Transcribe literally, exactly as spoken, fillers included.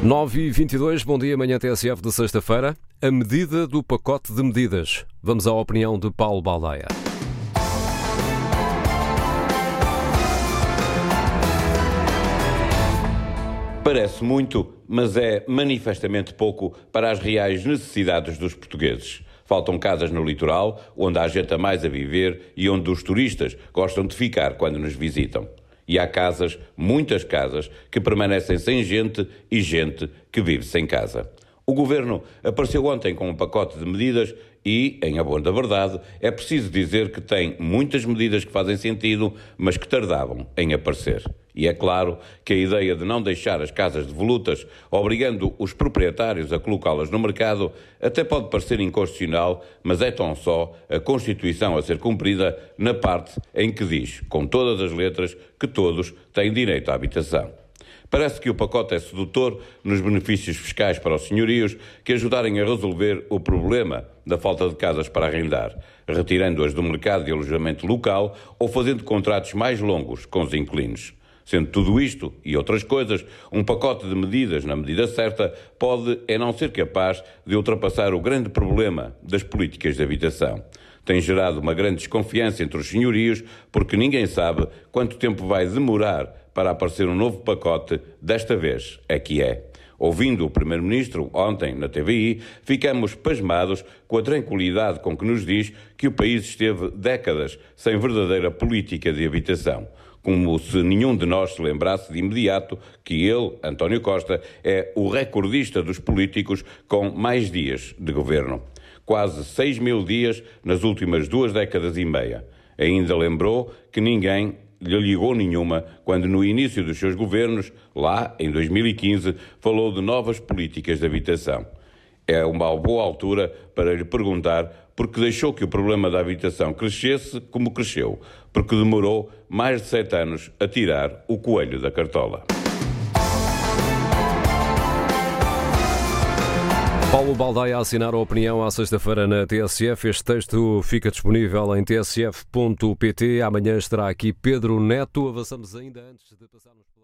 nove e vinte e dois, bom dia, manhã T S F de sexta-feira. A medida do pacote de medidas. Vamos à opinião de Paulo Baldaia. Parece muito, mas é manifestamente pouco para as reais necessidades dos portugueses. Faltam casas no litoral, onde há gente a mais a viver e onde os turistas gostam de ficar quando nos visitam. E há casas, muitas casas, que permanecem sem gente e gente que vive sem casa. O Governo apareceu ontem com um pacote de medidas e, em abono da verdade, é preciso dizer que tem muitas medidas que fazem sentido, mas que tardavam em aparecer. E é claro que a ideia de não deixar as casas devolutas, obrigando os proprietários a colocá-las no mercado, até pode parecer inconstitucional, mas é tão só a Constituição a ser cumprida na parte em que diz, com todas as letras, que todos têm direito à habitação. Parece que o pacote é sedutor nos benefícios fiscais para os senhorios que ajudarem a resolver o problema da falta de casas para arrendar, retirando-as do mercado de alojamento local ou fazendo contratos mais longos com os inquilinos. Sendo tudo isto e outras coisas, um pacote de medidas na medida certa pode é não ser capaz de ultrapassar o grande problema das políticas de habitação. Tem gerado uma grande desconfiança entre os senhorios porque ninguém sabe quanto tempo vai demorar para aparecer um novo pacote, desta vez é que é. Ouvindo o Primeiro-Ministro ontem na T V I, ficamos pasmados com a tranquilidade com que nos diz que o país esteve décadas sem verdadeira política de habitação. Como se nenhum de nós se lembrasse de imediato que ele, António Costa, é o recordista dos políticos com mais dias de governo. Quase seis mil dias nas últimas duas décadas e meia. Ainda lembrou que ninguém lhe ligou nenhuma quando no início dos seus governos, lá em dois mil e quinze, falou de novas políticas de habitação. É uma boa altura para lhe perguntar porque deixou que o problema da habitação crescesse como cresceu, porque demorou mais de sete anos a tirar o coelho da cartola. Paulo Baldaia a assinar a opinião à sexta-feira na T S F. Este texto fica disponível em t s f ponto p t. Amanhã estará aqui Pedro Neto. Avançamos ainda antes de passarmos...